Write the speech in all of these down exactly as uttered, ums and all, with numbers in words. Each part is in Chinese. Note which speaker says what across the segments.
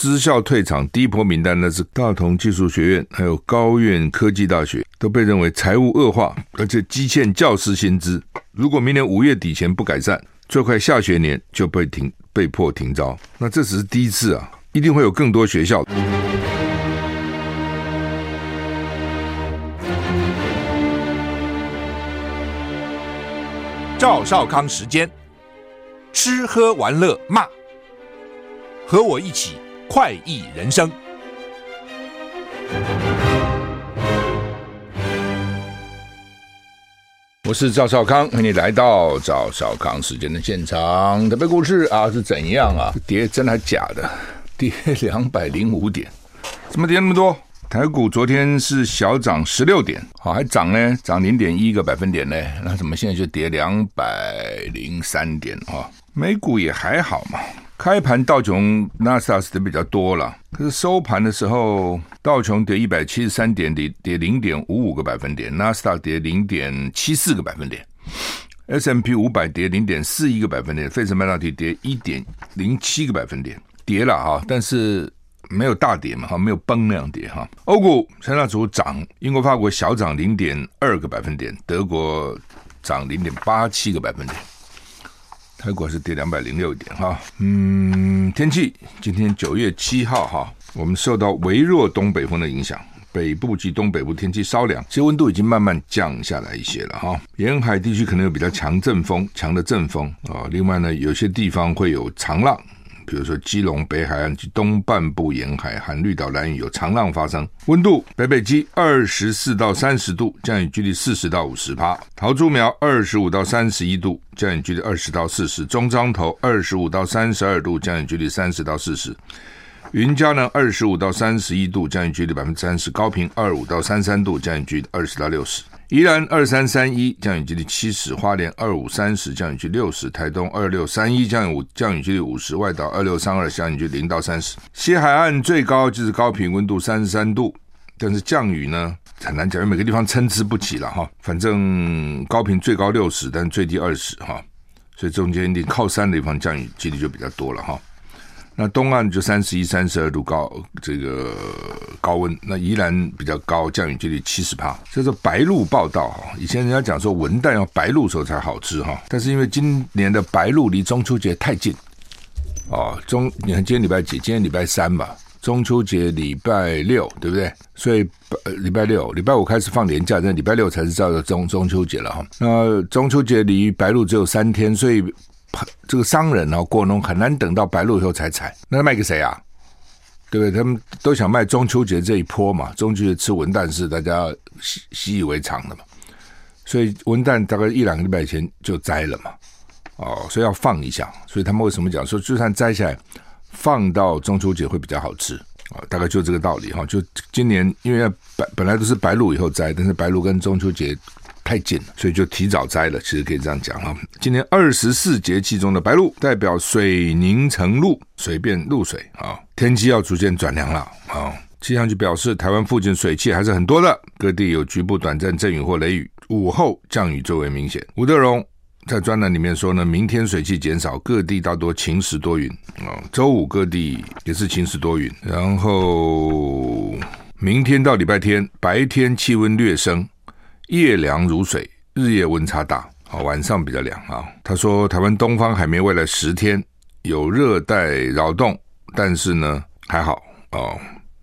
Speaker 1: 私校退场第一波名单，那是大同技术学院还有高苑科技大学，都被认为财务恶化，而且积欠教师薪资。如果明年五月底前不改善，最快下学年就被停被迫停招。那这只是第一次啊，一定会有更多学校。
Speaker 2: 赵少康时间，吃喝玩乐骂，和我一起快意人生。
Speaker 1: 我是赵少康，欢迎你来到赵少康时间的现场。特别股市啊是怎样啊？跌真的还假的？跌两百零五点，怎么跌那么多？台股昨天是小涨十六点，好还涨呢，涨零点一个百分点呢。那怎么现在就跌两百零三点啊？美股也还好嘛。开盘道琼纳斯达克跌比较多了，可是收盘的时候，道琼跌一百七十三点，跌零点五五个百分点，纳斯达克跌零点七四个百分点 ，S and P 五百 跌零点四一个百分点，费城半导体跌一点零七个百分点，跌了哈，但是没有大跌嘛，没有崩那样跌哈。欧股三大指数涨，英国、法国小涨零点二个百分点，德国涨零点八七个百分点。台股是跌两百零六点哈。嗯，天气今天九月七号哈，我们受到微弱东北风的影响，北部及东北部天气稍凉，其实温度已经慢慢降下来一些了哈。沿海地区可能有比较强阵风，强的阵风啊。另外呢，有些地方会有长浪。比如说基隆北海岸及东半部沿海含绿岛兰屿有长浪发生，温度北北基二十四到三十度，降雨几率四十到五十%，桃竹苗二十五到三十一度，降雨几率二十到四十%，中彰投二十五到三十二度，降雨几率三十到四十%，云嘉南二十五到三十一度，降雨几率百分之三十，高屏二十五到三十三度，降雨几率二十到六十。宜兰二三三一，降雨几率七十；花莲二五三十，降雨几率六十；台东二六三一，降雨降雨几率五十；外岛二六三二，降雨几率零到三十。西海岸最高就是高屏，温度三十三度，但是降雨呢很难讲，因为每个地方参差不齐了哈。反正高屏最高六十，但最低二十哈，所以中间一定靠山的地方降雨几率就比较多了哈。那东岸就三十一、三十二度高，这个高温。那宜兰比较高，降雨几率七十%。这是白鹭报道哈。以前人家讲说文旦要白鹭时候才好吃哈，但是因为今年的白鹭离中秋节太近哦，中你看今天礼拜几？今天礼拜三吧，中秋节礼拜六，对不对？所以呃礼拜六、礼拜五开始放年假，但礼拜六才是叫做中中秋节了哈。那中秋节离白鹭只有三天，所以这个商人啊，果农很难等到白鹭以后才采，那卖给谁啊？对不对？他们都想卖中秋节这一波嘛，中秋节吃文旦是大家习习以为常的嘛，所以文旦大概一两个礼拜前就摘了嘛，哦，所以要放一下，所以他们为什么讲说，就算摘下来，放到中秋节会比较好吃啊、哦？大概就这个道理哈。就今年因为本本来都是白鹭以后摘，但是白鹭跟中秋节太近了，所以就提早摘了，其实可以这样讲哈。今年二十四节气中的白露代表水凝成露，水变露水啊，天气要逐渐转凉了啊。气象局表示，台湾附近水汽还是很多的，各地有局部短暂阵雨或雷雨，午后降雨最为明显。吴德荣在专栏里面说呢，明天水汽减少，各地大多晴时多云啊。周五各地也是晴时多云，然后明天到礼拜天白天气温略升，夜凉如水，日夜温差大，晚上比较凉啊。他说，台湾东方海面未来十天有热带扰动，但是呢还好哦。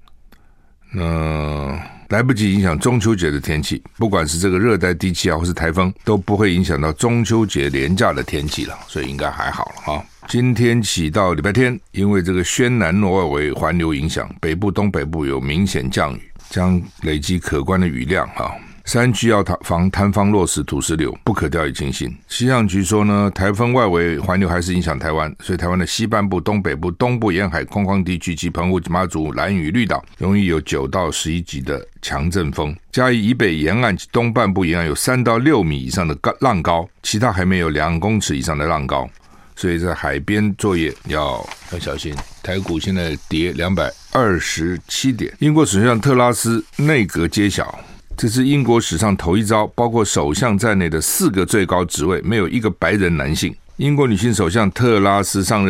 Speaker 1: 那来不及影响中秋节的天气，不管是这个热带低气压或是台风，都不会影响到中秋节连假的天气了，所以应该还好了啊。今天起到礼拜天，因为这个轩南诺外围环流影响，北部、东北部有明显降雨，将累积可观的雨量啊。山区要防坍方落石、土石流，不可掉以轻心。气象局说呢，台风外围环流还是影响台湾，所以台湾的西半部、东北部、东部沿海空旷地区及澎湖、马祖、兰屿、绿岛容易有九到十一级的强阵风。嘉义以北沿岸及东半部沿岸有三到六米以上的浪高，其他还没有两公尺以上的浪高，所以在海边作业要要小心。台股现在跌两百二十七点，英国首相特拉斯内阁揭晓。这是英国史上头一遭，包括首相在内的四个最高职位没有一个白人男性。英国女性首相特拉斯上任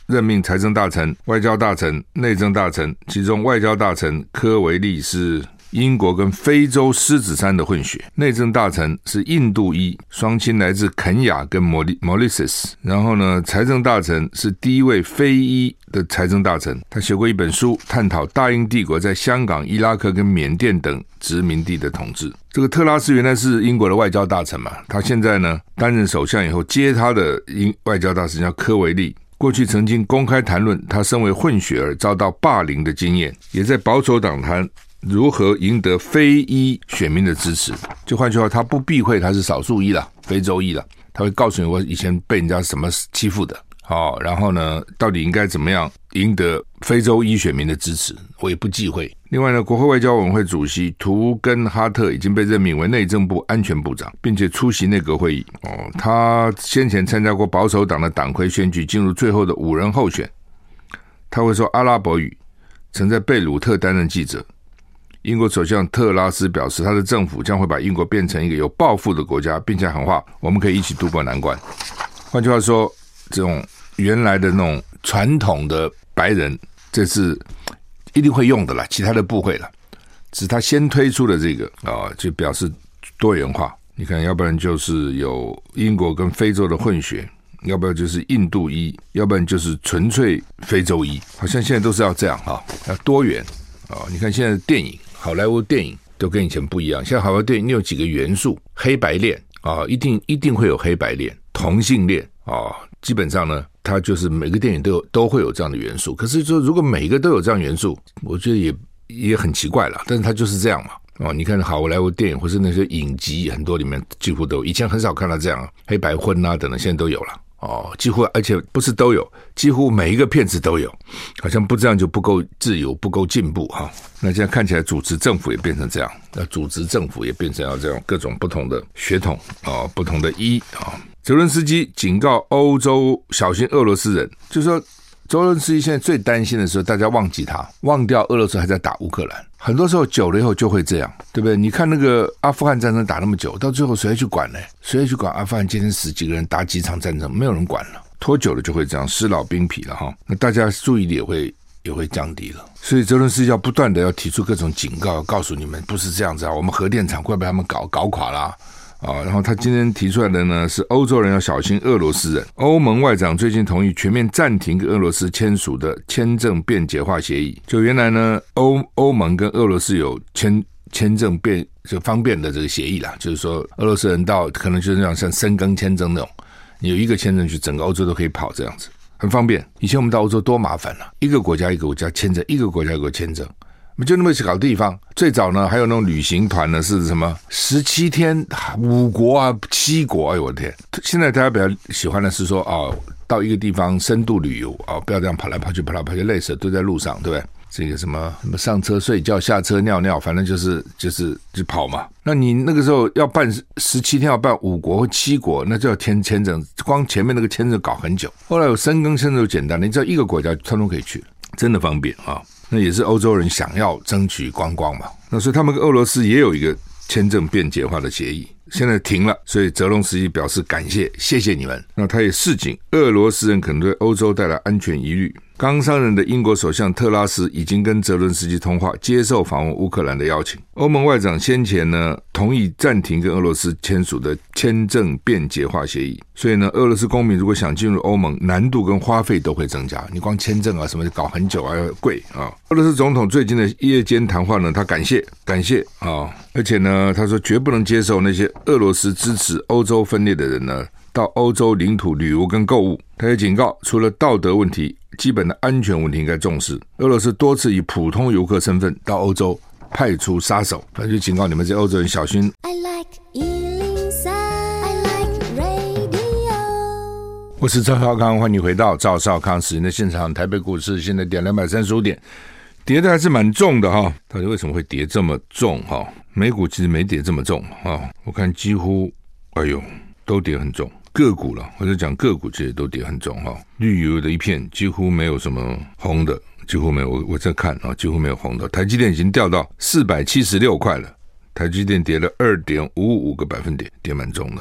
Speaker 1: 任命财政大臣、外交大臣、内政大臣，其中外交大臣科维利是英国跟非洲狮子山的混血，内政大臣是印度裔，双亲来自肯亚跟摩利摩利斯，然后呢，财政大臣是第一位非裔的财政大臣，他写过一本书，探讨大英帝国在香港、伊拉克跟缅甸等殖民地的统治。这个特拉斯原来是英国的外交大臣嘛，他现在呢担任首相以后，接他的英外交大臣叫科维利。过去曾经公开谈论他身为混血儿遭到霸凌的经验，也在保守党谈如何赢得非裔选民的支持。就换句话，他不避讳他是少数裔啦，非洲裔啦，他会告诉你我以前被人家什么欺负的，好，然后呢，到底应该怎么样赢得非洲裔选民的支持，我也不忌讳。另外呢，国会外交委员会主席图根哈特已经被任命为内政部安全部长，并且出席内阁会议。哦，他先前参加过保守党的党魁选举，进入最后的五人候选。他会说阿拉伯语，曾在贝鲁特担任记者。英国首相特拉斯表示，他的政府将会把英国变成一个有抱负的国家，并且喊话我们可以一起度过难关。换句话说，这种原来的那种传统的白人，这次一定会用的啦，其他的不会啦，只是他先推出的这个啊、呃，就表示多元化。你看，要不然就是有英国跟非洲的混血，要不然就是印度裔，要不然就是纯粹非洲裔，好像现在都是要这样哈，要多元啊、哦。你看现在的电影，好莱坞电影都跟以前不一样，现在好莱坞电影你有几个元素，黑白恋啊、哦，一定一定会有黑白恋，同性恋啊、哦，基本上呢。它就是每个电影都有都会有这样的元素，可是说如果每一个都有这样元素，我觉得也也很奇怪了。但是它就是这样嘛。哦，你看好莱坞电影或是那些影集，很多里面几乎都有，以前很少看到这样黑白婚啊等等，现在都有了。哦，几乎而且不是都有，几乎每一个片子都有，好像不这样就不够自由，不够进步哈。那现在看起来主持政府也变成这样，那主持政府也变成要这样各种不同的血统啊、哦，不同的裔啊。泽伦斯基警告欧洲小心俄罗斯人，就是说泽伦斯基现在最担心的时候，大家忘记他，忘掉俄罗斯还在打乌克兰。很多时候久了以后就会这样，对不对？你看那个阿富汗战争打那么久，到最后谁会去管呢？谁会去管阿富汗今天死几个人，打几场战争，没有人管了。拖久了就会这样，失老兵疲了哈。那大家注意力也会也会降低了。所以泽伦斯基要不断的要提出各种警告，告诉你们不是这样子啊，我们核电厂快被他们搞搞垮啦。啊，然后他今天提出来的呢是欧洲人要小心俄罗斯人。欧盟外长最近同意全面暂停跟俄罗斯签署的签证便捷化协议。就原来呢，欧欧盟跟俄罗斯有签签证便就方便的这个协议啦，就是说俄罗斯人到可能就是像像申根签证那种，你有一个签证去整个欧洲都可以跑这样子，很方便。以前我们到欧洲多麻烦啊，一个国家一个国家签证，一个国家一个签证。就那么小地方，最早呢还有那种旅行团呢是什么十七天五国啊七国，哎呦我的天！现在大家比较喜欢的是说哦，到一个地方深度旅游哦，不要这样跑来跑去跑来跑去累死了，都在路上，对不对？这个什么什么上车睡觉下车尿尿，反正就是就是就跑嘛。那你那个时候要办十七天要办五国或七国，那就要签签证，光前面那个签证搞很久。后来有申根签证就简单了，你只要一个国家通通可以去，真的方便啊。那也是欧洲人想要争取观光嘛，那所以他们跟俄罗斯也有一个签证便捷化的协议，现在停了，所以泽伦斯基表示感谢，谢谢你们。那他也示警，俄罗斯人可能对欧洲带来安全疑虑。刚上任的英国首相特拉斯已经跟泽伦斯基通话，接受访问乌克兰的邀请。欧盟外长先前呢同意暂停跟俄罗斯签署的签证便捷化协议，所以呢，俄罗斯公民如果想进入欧盟，难度跟花费都会增加。你光签证啊什么搞很久啊，要贵啊。俄罗斯总统最近的夜间谈话呢，他感谢感谢啊，而且呢，他说绝不能接受那些俄罗斯支持欧洲分裂的人呢到欧洲领土旅游跟购物。他也警告，除了道德问题，基本的安全问题应该重视。俄罗斯多次以普通游客身份到欧洲派出杀手，他就警告你们这些欧洲人小心。I like 一零三 I like radio。 我是赵少康，欢迎回到赵少康时间的现场。台北股市现在跌两百三十五点，跌的还是蛮重的哈。到底为什么会跌这么重哈？美股其实没跌这么重哈，我看几乎哎呦都跌很重。个股了，或者讲个股其实都跌很重哈，绿油的一片，几乎没有什么红的，几乎没有。我我在看啊，几乎没有红的。台积电已经掉到四百七十六块了，台积电跌了 二点五五个百分点，跌蛮重的哦。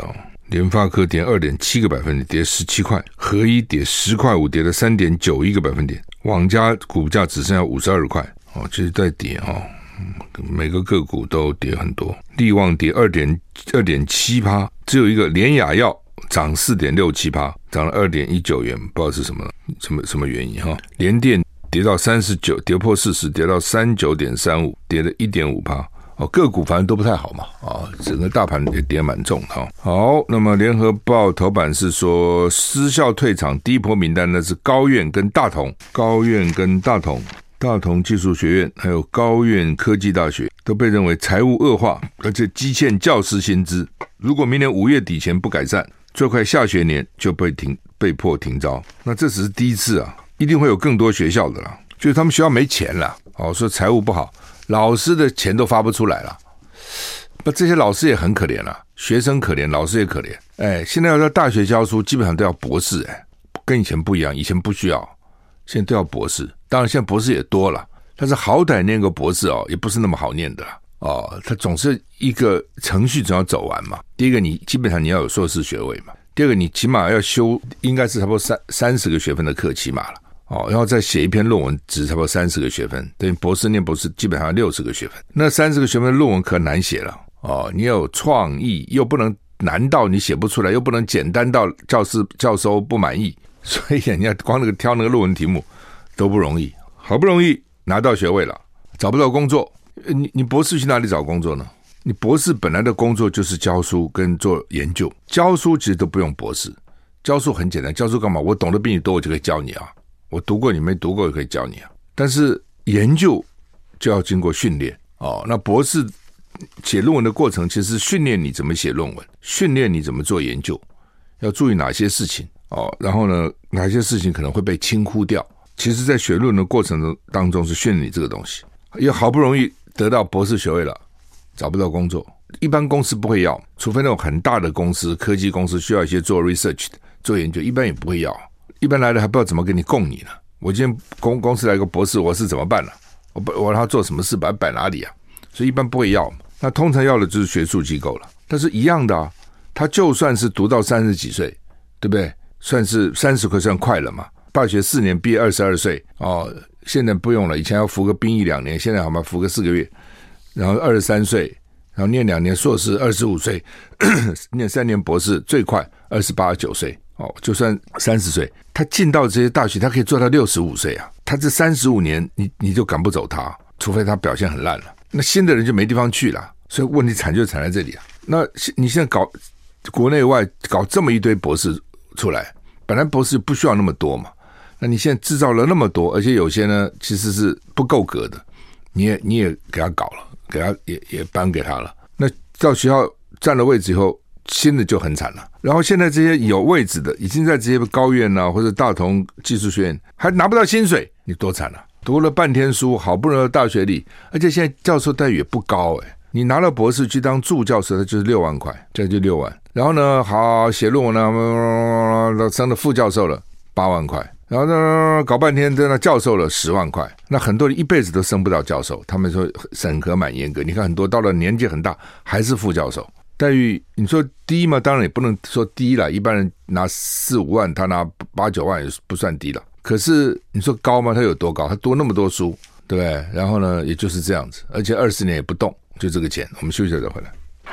Speaker 1: 联发科跌 二点七 个百分点，跌十七块，合一跌十块五，跌了 三点九一 个百分点，网家股价只剩下五十二块，哦，其实在跌哦，每个个股都跌很多。力旺跌 二点七 %，只有一个联亚药涨 四点六七 %，涨了 二点一九元，不知道是什么什么什么原因哈。联电跌到三十九，跌破四十，跌到 三十九点三五， 跌了 一点五 %。哦，个股反正都不太好嘛，啊，整个大盘也跌蛮重的哈。好，那么联合报头版是说失效退场第一波名单，那是高院跟大同，高院跟大同，大同技术学院还有高院科技大学都被认为财务恶化，而且积欠教师薪资，如果明年五月底前不改善，最快下学年就被停被迫停招。那这只是第一次啊，一定会有更多学校的啦，就是他们学校没钱了，哦，说财务不好。老师的钱都发不出来了，那这些老师也很可怜了，学生可怜，老师也可怜。哎，现在要在大学教书，基本上都要博士，哎，跟以前不一样，以前不需要，现在都要博士。当然，现在博士也多了，但是好歹念个博士哦，也不是那么好念的哦。他总是一个程序总要走完嘛。第一个，你基本上你要有硕士学位嘛；第二个，你起码要修，应该是差不多三三十个学分的课，起码了。哦，然后再写一篇论文，只差不多三十个学分，等于博士念博士基本上六十个学分。那三十个学分的论文可难写了哦，你要有创意，又不能难到你写不出来，又不能简单到教师教授不满意，所以你要光那个挑那个论文题目都不容易。好不容易拿到学位了，找不到工作，你你博士去哪里找工作呢？你博士本来的工作就是教书跟做研究，教书其实都不用博士，教书很简单，教书干嘛？我懂得比你多，我就可以教你啊。我读过，你没读过也可以教你啊。但是研究就要经过训练哦。那博士写论文的过程，其实训练你怎么写论文，训练你怎么做研究，要注意哪些事情哦。然后呢，哪些事情可能会被轻忽掉。其实，在写论文的过程当中是训练你这个东西。也好不容易得到博士学位了，找不到工作，一般公司不会要，除非那种很大的公司、科技公司需要一些做 research 的、做研究，一般也不会要。一般来的还不知道怎么给你供你呢。我今天公公司来个博士，我是怎么办呢？我我让他做什么事，把他摆哪里啊？所以一般不会要。那通常要的就是学术机构了。但是一样的啊，他就算是读到三十几岁，对不对？算是三十岁算快了嘛？大学四年毕业二十二岁哦，现在不用了。以前要服个兵役两年，现在好吗？服个四个月，然后二十三岁，然后念两年硕士，二十五岁念三年博士，最快二十八九岁。哦，就算三十岁，他进到这些大学，他可以做到六十五岁啊。他这三十五年，你你就赶不走他，除非他表现很烂了。那新的人就没地方去了，所以问题惨就惨在这里啊。那你现在搞国内外搞这么一堆博士出来，本来博士不需要那么多嘛，那你现在制造了那么多，而且有些呢其实是不够格的，你也你也给他搞了，给他也也颁给他了。那到学校占了位置以后，新的就很惨了。然后现在这些有位置的，已经在这些高院啊或者大同技术学院还拿不到薪水，你多惨啊！读了半天书，好不容易到大学里，而且现在教授待遇也不高诶，你拿了博士去当助教授，他就是六万块，这就六万。然后呢，好写论文呢，升了副教授了八万块，然后呢搞半天在那教授了十万块。那很多人一辈子都升不到教授，他们说审核蛮严格。你看很多到了年纪很大还是副教授。待遇你说低吗？当然也不能说低了，一般人拿四五万，他拿八九万也不算低了。可是你说高吗？他有多高？他读那么多书，对不对？然后呢，也就是这样子，而且二十年也不动，就这个钱。我们休息再回来。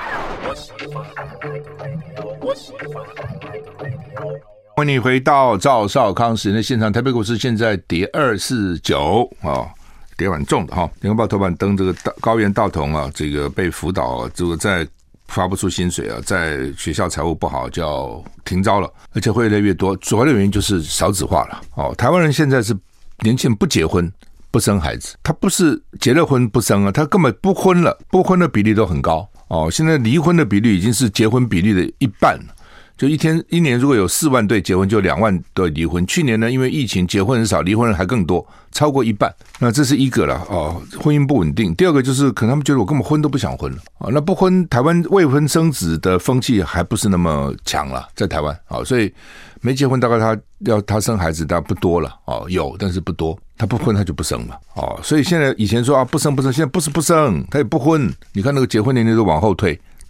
Speaker 1: 欢迎你回到赵少康时间的现场，台北股市现在跌二四九啊。跌蛮重的哈，联合报头版登这个高原大同啊，这个被辅导、啊，这个在发不出薪水啊，在学校财务不好就要停招了，而且会越来越多。主要的原因就是少子化了哦。台湾人现在是年轻人不结婚不生孩子，他不是结了婚不生啊，他根本不婚了，不婚的比例都很高哦。现在离婚的比率已经是结婚比例的一半了。就一天一年如果有四万对结婚，就两万对离婚。去年呢，因为疫情结婚很少，离婚人还更多，超过一半。那这是一个了哦，婚姻不稳定。第二个就是可能他们觉得我根本婚都不想婚了啊、哦。那不婚，台湾未婚生子的风气还不是那么强了，在台湾啊、哦，所以没结婚大概他要他生孩子大概不多了哦，有但是不多。他不婚他就不生了哦，所以现在以前说啊不生不生，现在不是不生，他也不婚。你看那个结婚年龄都往后退。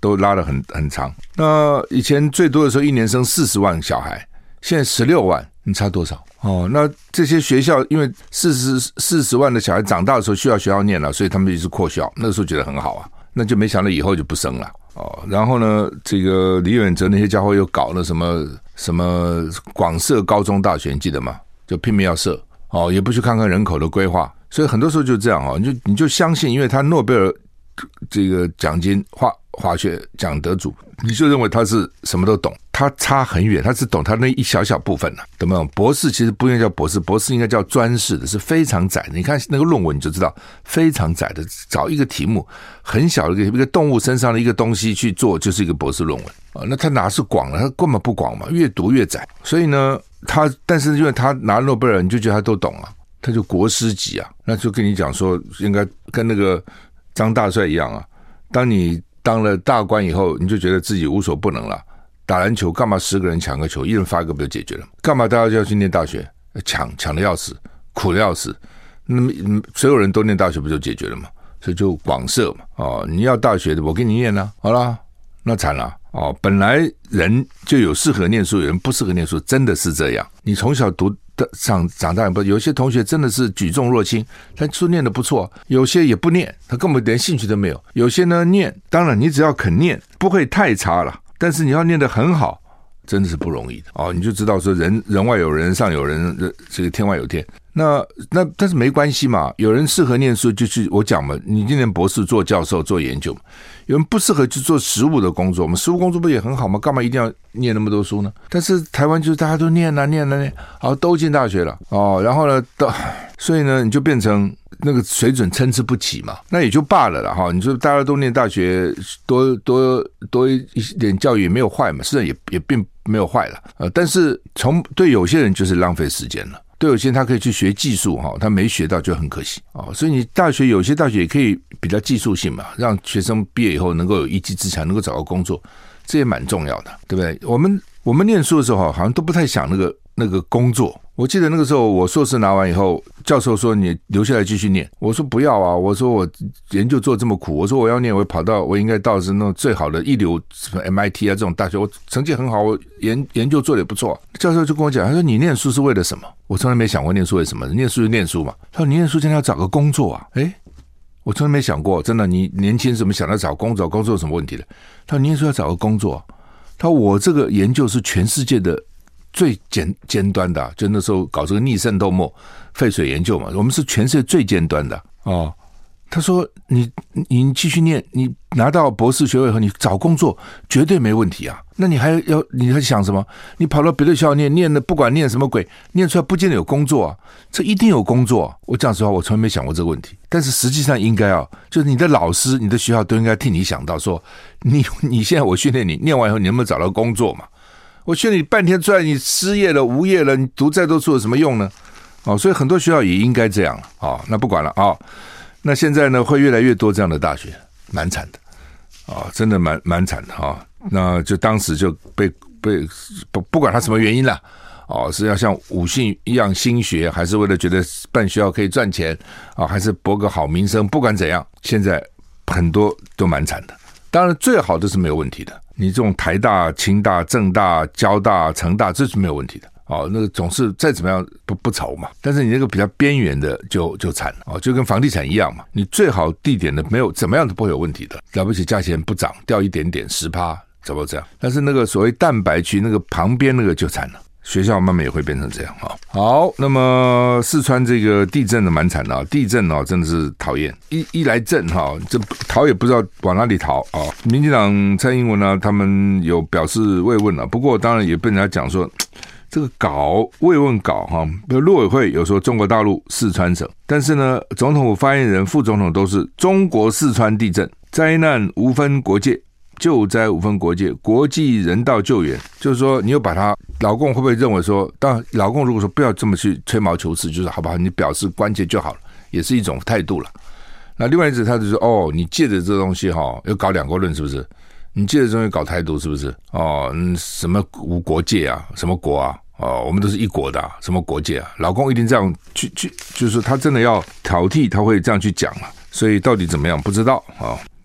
Speaker 1: 都拉得很很长。那以前最多的时候一年生四十万小孩，现在十六万，你差多少？哦，那这些学校因为四十四十万的小孩长大的时候需要学校念了，所以他们一直扩校，那个时候觉得很好啊，那就没想到以后就不生了。哦，然后呢，这个李远哲那些家伙又搞了什么什么广设高中大学，你记得吗？就拼命要设，哦，也不去看看人口的规划，所以很多时候就这样哦，你就你就相信，因为他诺贝尔这个奖金化化学奖得主，你就认为他是什么都懂，他差很远，他只懂他那一小小部分了，懂没有？博士其实不应该叫博士，博士应该叫专士的，是非常窄的。你看那个论文你就知道，非常窄的，找一个题目很小的一个动物身上的一个东西去做，就是一个博士论文啊。那他哪是广了？他根本不广嘛，越读越窄。所以呢，他但是因为他拿诺贝尔，你就觉得他都懂啊，他就国师级啊，那就跟你讲说，应该跟那个张大帅一样啊，当你当了大官以后，你就觉得自己无所不能了。打篮球干嘛十个人抢个球，一人发一个不就解决了？干嘛大家就要去念大学？抢抢的要死，苦的要死。那么所有人都念大学不就解决了吗？所以就广设嘛。哦，你要大学的，我给你念啊。好啦，那惨了。哦，本来人就有适合念书，有人不适合念书，真的是这样。你从小读长长大不，有些同学真的是举重若轻，他书念得不错；有些也不念，他根本连兴趣都没有。有些呢念，当然你只要肯念，不会太差了。但是你要念得很好，真的是不容易的哦。你就知道说人人外有人，上有人，这个天外有天。那那但是没关系嘛，有人适合念书就去，我讲嘛，你今年博士做教授做研究嘛，有人不适合去做实务的工作嘛，实务工作不也很好吗？干嘛一定要念那么多书呢？但是台湾就是大家都念啊念啊念，好都进大学了哦，然后呢，到所以呢你就变成那个水准参差不齐嘛，那也就罢了了哈。你说大家都念大学，多多多一点教育也没有坏嘛，实际上也也并没有坏了，呃，但是从对有些人就是浪费时间了。对有些人他可以去学技术哈，他没学到就很可惜哦。所以你大学有些大学也可以比较技术性嘛，让学生毕业以后能够有一技之长，能够找到工作，这也蛮重要的，对不对？我们我们念书的时候好像都不太想那个那个工作。我记得那个时候我硕士拿完以后，教授说你留下来继续念，我说不要啊，我说我研究做这么苦，我说我要念，我跑到我应该到是那种最好的一流什么 M I T 啊这种大学，我成绩很好，我研研究做得也不错。教授就跟我讲，他说你念书是为了什么？我从来没想过念书为什么，念书就念书嘛。他说你念书现在要找个工作啊，诶我从来没想过，真的，你年轻怎么想到找工作？工作有什么问题的？他说你念书要找个工作、啊，他说我这个研究是全世界的最尖尖端的、啊，就那时候搞这个逆渗透膜废水研究嘛，我们是全世界最尖端的哦。他说你你继续念，你拿到博士学位后，你找工作绝对没问题啊。那你还要你还想什么？你跑到别的学校念，念的不管念什么鬼，念出来不见得有工作啊。这一定有工作、啊。我讲实话，我从来没想过这个问题。但是实际上应该啊，就是你的老师、你的学校都应该替你想到说，你你现在我训练你，念完以后你能不能找到工作嘛？我劝你半天出来，你失业了、无业了，你读再多书有什么用呢？哦，所以很多学校也应该这样了。哦，那不管了啊、哦。那现在呢，会越来越多这样的大学，蛮惨的啊、哦，真的蛮蛮惨的哈、哦。那就当时就被被不不管他什么原因啦，哦，是要像武信一样兴学，还是为了觉得办学校可以赚钱啊、哦，还是博个好名声？不管怎样，现在很多都蛮惨的。当然，最好的是没有问题的。你这种台大、清大、政大、交大、成大，这是没有问题的。哦，那个总是再怎么样不不愁嘛，但是你那个比较边缘的就就惨了哦，就跟房地产一样嘛，你最好地点的没有怎么样都不会有问题的，了不起价钱不涨掉一点点十趴，怎么这样？但是那个所谓蛋白区那个旁边那个就惨了，学校慢慢也会变成这样啊、哦。好，那么四川这个地震的蛮惨的、哦，地震哦真的是讨厌，一一来震哈、哦，这逃也不知道往哪里逃啊、哦。民进党蔡英文呢，他们有表示慰问了，不过当然也被人家讲说。这个稿慰问稿哈，比如陆委会有说中国大陆四川省，但是呢，总统府发言人、副总统都是中国四川地震，灾难无分国界，救灾无分国界，国际人道救援，就是说你又把他老共会不会认为说，当然老共如果说不要这么去吹毛求疵，就是好不好，你表示关切就好了，也是一种态度了。那另外一次他就说，哦，你借着这东西哈，要搞两国论是不是？你借着这东西搞台独是不是？哦，嗯，什么无国界啊，什么国啊？哦，我们都是一国的、啊，什么国界啊？老公一定这样去去，就是他真的要挑剔，他会这样去讲了。所以到底怎么样不知道啊、哦？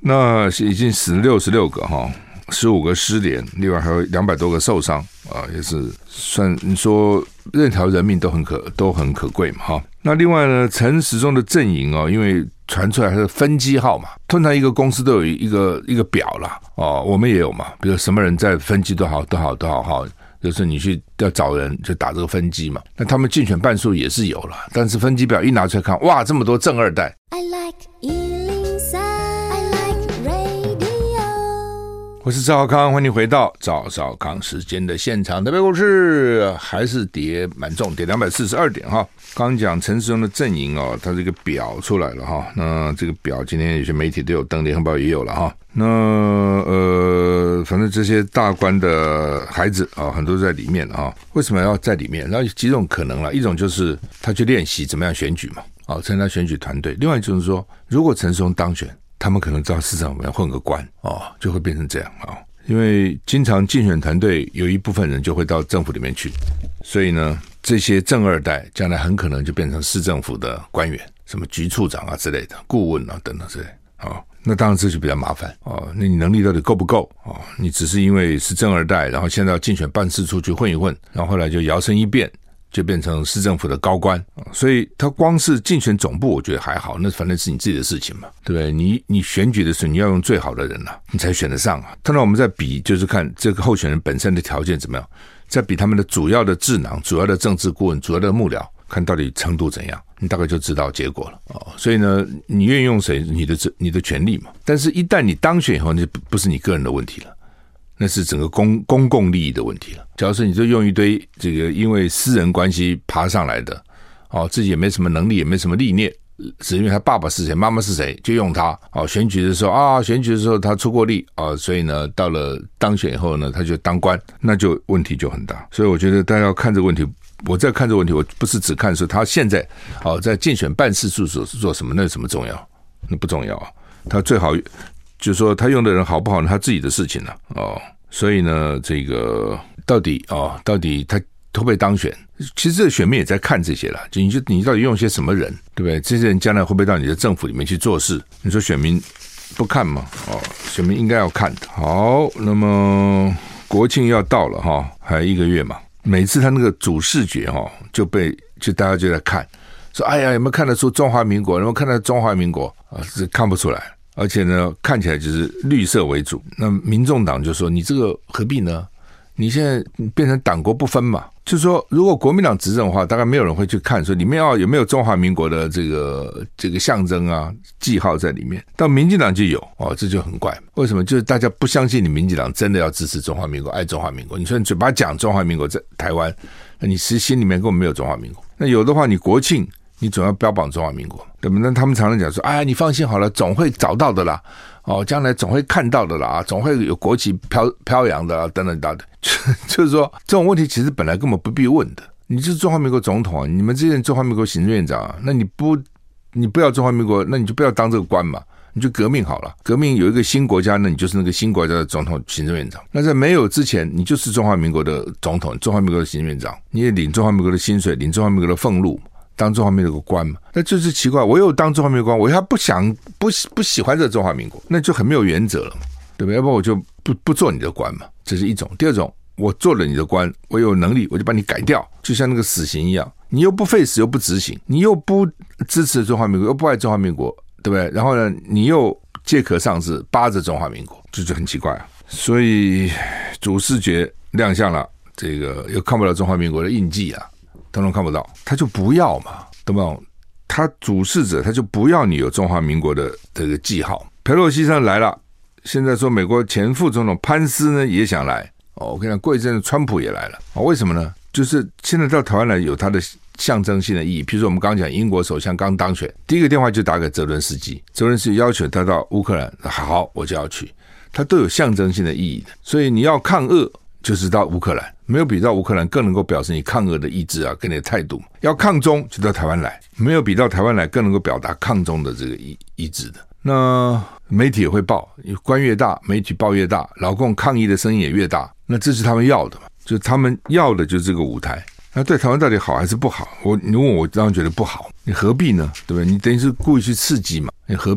Speaker 1: 那已经死了六十六个哈，十五个失联，另外还有两百多个受伤啊，也是算你说任条人命都很可都很可贵嘛哈。那另外呢，陈时中的阵营哦，因为传出来是分机号嘛，通常一个公司都有一个一个表啦哦，我们也有嘛，比如什么人在分机都好都好都好好。就是你去要找人就打这个分机嘛，那他们竞选半数也是有了，但是分机表一拿出来看，哇，这么多正二代。I like 一零三 I like radio。 我是赵少康，欢迎回到赵少康时间的现场。台北股市还是跌蛮重，跌两百四十二点哈。刚讲陈时中的阵营哦，他这个表出来了哈。那这个表今天有些媒体都有登，联合报也有了哈。那呃，反正这些大官的孩子啊，很多都在里面啊。为什么要在里面？然后有几种可能了，一种就是他去练习怎么样选举嘛，啊，参加选举团队。另外就是说，如果陈时中当选，他们可能到市场里面混个官哦，就会变成这样啊。因为经常竞选团队有一部分人就会到政府里面去，所以呢，这些正二代将来很可能就变成市政府的官员，什么局处长啊之类的，顾问啊等等之类的啊。那当然这就比较麻烦哦，那你能力到底够不够哦？你只是因为是正二代，然后现在要竞选办事处去混一混，然后后来就摇身一变，就变成市政府的高官，所以他光是竞选总部我觉得还好，那反正是你自己的事情嘛，对不对？你你选举的时候你要用最好的人啊，你才选得上啊。当然我们在比就是看这个候选人本身的条件怎么样，再比他们的主要的智囊、主要的政治顾问、主要的幕僚，看到底程度怎样，你大概就知道结果了哦。所以呢，你愿意用谁，你的你的权利嘛。但是一旦你当选以后，那不是你个人的问题了，那是整个公公共利益的问题了。假如说你就用一堆这个因为私人关系爬上来的，哦，自己也没什么能力，也没什么历练，只因为他爸爸是谁，妈妈是谁，就用他。哦，选举的时候啊，选举的时候他出过力啊，所以呢，到了当选以后呢，他就当官，那就问题就很大。所以我觉得大家要看这个问题。我在看这个问题，我不是只看说他现在哦在竞选办事处所做什么，那什么重要？那不重要啊。他最好就是说他用的人好不好，他自己的事情了、啊、哦。所以呢，这个到底哦，到底他会不会当选？其实这个选民也在看这些了，就你就你到底用一些什么人，对不对？这些人将来会不会到你的政府里面去做事？你说选民不看吗？哦，选民应该要看的。好，那么国庆要到了哈，还有一个月嘛。每次他那个主视觉哦，就被就大家就在看，说哎呀有没有看得出中华民国？有没有看得出中华民国啊？是看不出来，而且呢看起来就是绿色为主。那民众党就说你这个何必呢？你现在变成党国不分嘛？就是说如果国民党执政的话，大概没有人会去看说里面要有没有中华民国的这个这个象征啊记号在里面，到民进党就有哦，这就很怪。为什么？就是大家不相信你民进党真的要支持中华民国，爱中华民国。你说你嘴巴讲中华民国在台湾，那你其实心里面根本没有中华民国。那有的话你国庆你总要标榜中华民国，对吧？那他们常常讲说哎呀你放心好了，总会找到的啦，哦，将来总会看到的啦，总会有国旗飘飘扬的啦，等等等等。就是说这种问题其实本来根本不必问的，你就是中华民国总统啊，你们这些中华民国行政院长啊，那你不你不要中华民国，那你就不要当这个官嘛，你就革命好了，革命有一个新国家，那你就是那个新国家的总统行政院长。那在没有之前，你就是中华民国的总统，中华民国的行政院长，你也领中华民国的薪水，领中华民国的俸禄，当中华民国的官嘛。那就是奇怪，我有当中华民国官，我还不想不不喜欢这中华民国，那就很没有原则了嘛，对不对？要不然我就不不做你的官嘛，这是一种。第二种，我做了你的官，我有能力我就把你改掉，就像那个死刑一样，你又不废死又不执行，你又不支持中华民国又不爱中华民国，对不对？然后呢你又借壳上市扒着中华民国，这就很奇怪啊。所以主视觉亮相了，这个又看不到中华民国的印记啊，统统看不到，他就不要嘛，懂不懂？他主事者他就不要你有中华民国的这个记号。裴洛西上来了，现在说美国前副总统潘斯呢也想来哦，我跟你讲，过一阵子川普也来了哦，为什么呢？就是现在到台湾来有它的象征性的意义。比如说我们刚刚讲英国首相刚当选，第一个电话就打给泽伦斯基，泽伦斯基要求他到乌克兰，好，我就要去，它都有象征性的意义的。所以你要抗俄就是到乌克兰，没有比到乌克兰更能够表示你抗俄的意志啊，跟你的态度。要抗中就到台湾来，没有比到台湾来更能够表达抗中的这个意意志的。那媒体也会报，官越大媒体报越大，老共抗议的声音也越大，那这是他们要的嘛？就他们要的就是这个舞台。那对台湾到底好还是不好？我你问我当然觉得不好，你何必呢？对不对？你等于是故意去刺激嘛，你何必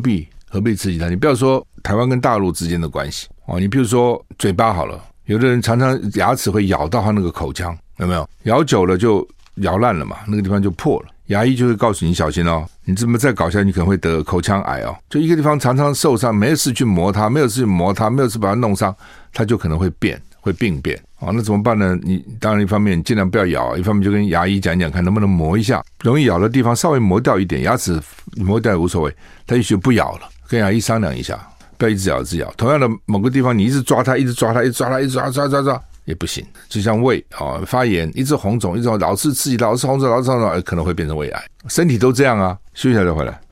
Speaker 1: 何必刺激他？你不要说台湾跟大陆之间的关系哦，你比如说嘴巴好了，有的人常常牙齿会咬到他那个口腔，有没有？咬久了就咬烂了嘛，那个地方就破了，牙医就会告诉你小心哦，你这么再搞下去，你可能会得口腔癌哦。就一个地方常常受伤，没有事去磨它，没有事去磨它，没有事把它弄伤，它就可能会变，会病变。哦，那怎么办呢？你当然一方面你尽量不要咬，一方面就跟牙医讲讲看能不能磨一下，容易咬的地方稍微磨掉一点，牙齿磨掉也无所谓，他也许不咬了，跟牙医商量一下，不要一直咬一直咬。同样的某个地方你一直抓它，一直抓它，一直抓它，一直抓抓抓抓也不行。就像胃哦，发炎一直红肿，一直老是刺激，老是红肿，老是红肿，可能会变成胃癌。身体都这样啊。休息一下再回来。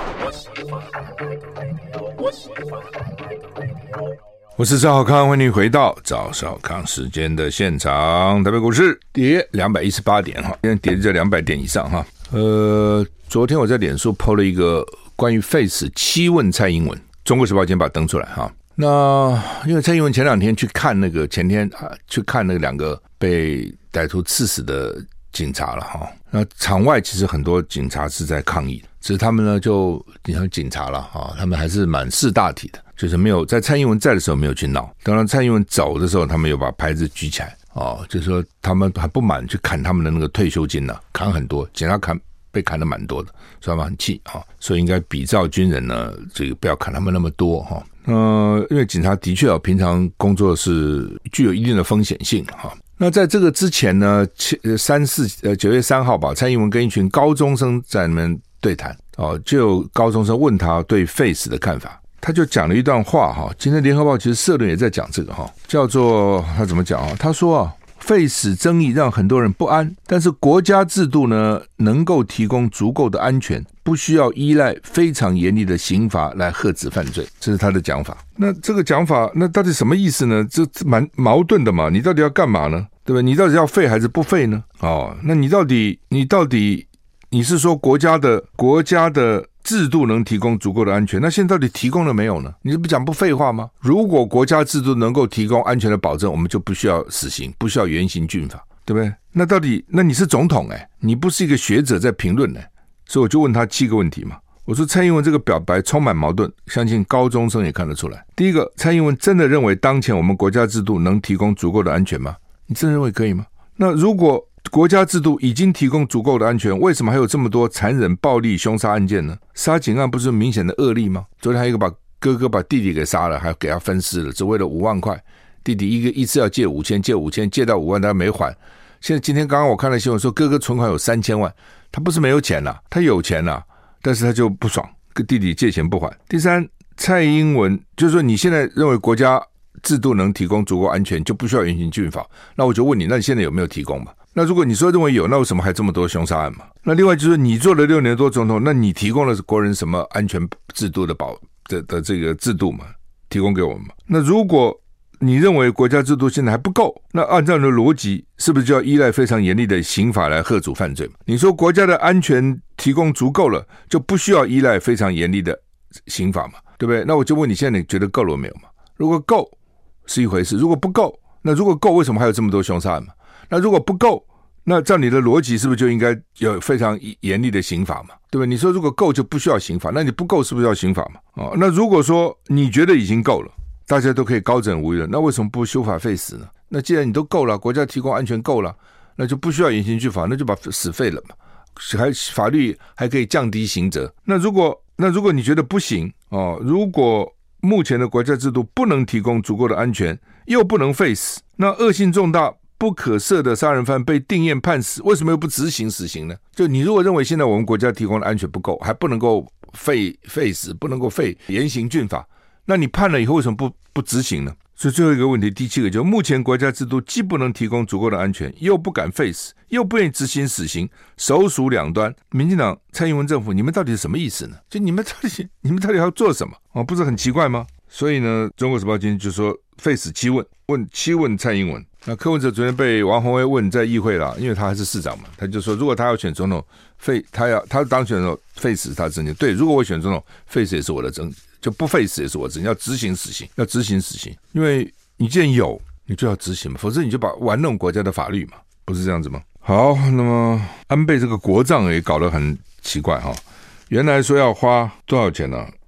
Speaker 1: 我是赵少康，欢迎回到赵少康时间的现场。台北股市跌两百一十八点哈，现在跌在两百点以上哈。呃，昨天我在脸书 po 了一个关于 Face 七问蔡英文，中国时报今天把它登出来哈。那因为蔡英文前两天去看那个前天啊去看那两个被歹徒刺死的警察了哈。那场外其实很多警察是在抗议，只是他们呢就你看警察了哈，他们还是蛮识大体的。就是没有在蔡英文在的时候没有去闹，当然蔡英文走的时候他们有把牌子举起来哦，就是说他们还不满去砍他们的那个退休金呢、啊，砍很多，警察砍被砍的蛮多的，所以他们很气啊、哦，所以应该比照军人呢，这个不要砍他们那么多哈。呃，因为警察的确啊，平常工作是具有一定的风险性哈。那在这个之前呢，三四呃九月三号吧，蔡英文跟一群高中生在那边对谈哦，就有高中生问他对 Face 的看法。他就讲了一段话哈，今天联合报其实社论也在讲这个哈，叫做他怎么讲啊？他说啊 ，Face 争议让很多人不安，但是国家制度呢能够提供足够的安全，不需要依赖非常严厉的刑罚来遏止犯罪，这是他的讲法。那这个讲法，那到底什么意思呢？这蛮矛盾的嘛，你到底要干嘛呢？对吧？你到底要废还是不废呢？哦，那你到底你到底你是说国家的国家的制度能提供足够的安全，那现在到底提供了没有呢？你这不讲不废话吗？如果国家制度能够提供安全的保证，我们就不需要死刑，不需要严刑峻法，对不对？那到底，那你是总统哎，你不是一个学者在评论哎，所以我就问他七个问题嘛。我说蔡英文这个表白充满矛盾，相信高中生也看得出来。第一个，蔡英文真的认为当前我们国家制度能提供足够的安全吗？你真的认为可以吗？那如果国家制度已经提供足够的安全，为什么还有这么多残忍暴力凶杀案件呢？杀警案不是明显的恶例吗？昨天还有一个把哥哥把弟弟给杀了，还给他分尸了，只为了五万块，弟弟一个一次要借五千，借五千借到五万他没还。现在今天刚刚我看了新闻说哥哥存款有三千万，他不是没有钱啦，他有钱啦，但是他就不爽，跟弟弟借钱不还。第三，蔡英文就是说你现在认为国家制度能提供足够安全，就不需要严刑峻法。那我就问你，那你现在有没有提供嘛？那如果你说认为有，那为什么还这么多凶杀案嘛？那另外就是你做了六年多总统，那你提供了国人什么安全制度的保 的, 的这个制度嘛？提供给我们嘛？那如果你认为国家制度现在还不够，那按照你的逻辑，是不是就要依赖非常严厉的刑法来遏阻犯罪嘛？你说国家的安全提供足够了，就不需要依赖非常严厉的刑法嘛？对不对？那我就问你，现在你觉得够了没有嘛？如果够是一回事，如果不够，那如果够，为什么还有这么多凶杀案嘛？那如果不够，那照你的逻辑是不是就应该有非常严厉的刑法嘛？对吧？你说如果够就不需要刑法，那你不够是不是要刑法嘛？哦，那如果说你觉得已经够了，大家都可以高枕无忧，那为什么不修法废死呢？那既然你都够了，国家提供安全够了，那就不需要严刑峻法，那就把死废了嘛，还法律还可以降低刑责。那如果那如果你觉得不行哦，如果目前的国家制度不能提供足够的安全，又不能废死，那恶性重大不可赦的杀人犯被定验判死，为什么又不执行死刑呢？就你如果认为现在我们国家提供的安全不够，还不能够废废死，不能够废严刑峻法，那你判了以后为什么不不执行呢？所以最后一个问题，第七个就是目前国家制度既不能提供足够的安全，又不敢废死，又不愿意执行死刑，首鼠两端。民进党蔡英文政府，你们到底是什么意思呢？就你们到底你们到底要做什么？哦，不是很奇怪吗？所以呢，中国时报今天就说废死七问，问七问蔡英文。那柯文哲昨天被王宏威问在议会啦，因为他还是市长嘛，他就说如果他要选总统，废他要他当选的时候废死他的政见。对，如果我选总统，废死也是我的政见，就不废死也是我的政见，要执行死刑，要执行死刑，因为你既然有，你就要执行嘛，否则你就把玩弄国家的法律嘛，不是这样子吗？好，那么安倍这个国葬也搞得很奇怪哈，原来说要花多少钱呢、啊？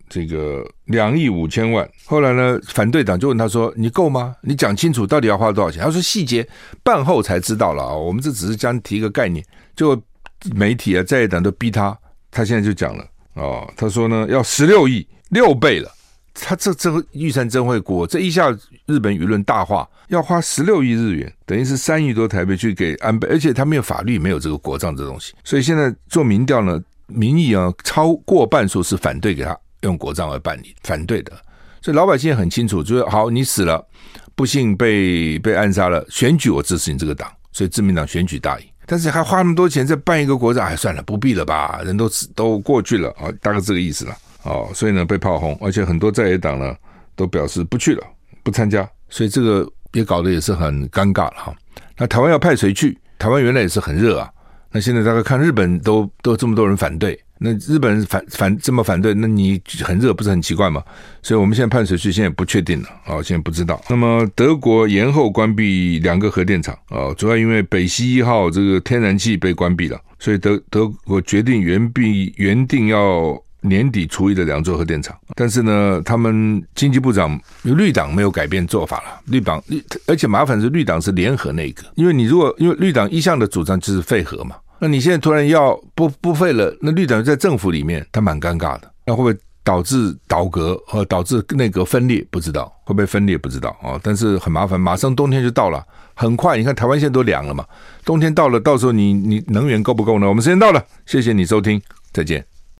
Speaker 1: 这个两亿五千万。后来呢，反对党就问他说：“你够吗？你讲清楚到底要花多少钱？”他说：“细节办后才知道了啊，我们这只是将提一个概念。”就媒体啊，在野党都逼他，他现在就讲了哦，他说呢要十六亿，六倍了。他这这个预算真会过，这一下日本舆论大化，要花十六亿日元，等于是三亿多台币去给安倍，而且他没有法律，没有这个国葬这东西，所以现在做民调呢，民意啊超过半数是反对给他用国葬来办理，反对的。所以老百姓也很清楚，就是好，你死了，不幸被被暗杀了，选举我支持你这个党，所以自民党选举大赢。但是还花那么多钱再办一个国葬，哎，算了，不必了吧，人都都过去了啊，大概这个意思了。哦，所以呢被炮轰，而且很多在野党呢都表示不去了，不参加，所以这个也搞得也是很尴尬了哈。那台湾要派谁去？台湾原来也是很热啊，那现在大概看日本都都这么多人反对，那日本人反反这么反对，那你很热不是很奇怪吗？所以我们现在派谁去，现在不确定了啊、哦，现在不知道。那么德国延后关闭两个核电厂啊、哦，主要因为北溪一号这个天然气被关闭了，所以德德国决定原必原定要年底除役的两座核电厂，但是呢，他们经济部长绿党没有改变做法了。绿党，而且麻烦是绿党是联合内阁，因为你如果因为绿党一向的主张就是废核嘛，那你现在突然要不不废了，那绿党在政府里面，他蛮尴尬的，那会不会导致倒阁和导致内阁分裂？不知道会不会分裂，不知道啊。但是很麻烦，马上冬天就到了，很快，你看台湾现在都凉了嘛，冬天到了，到时候你你能源够不够呢？我们时间到了，谢谢你收听，再见。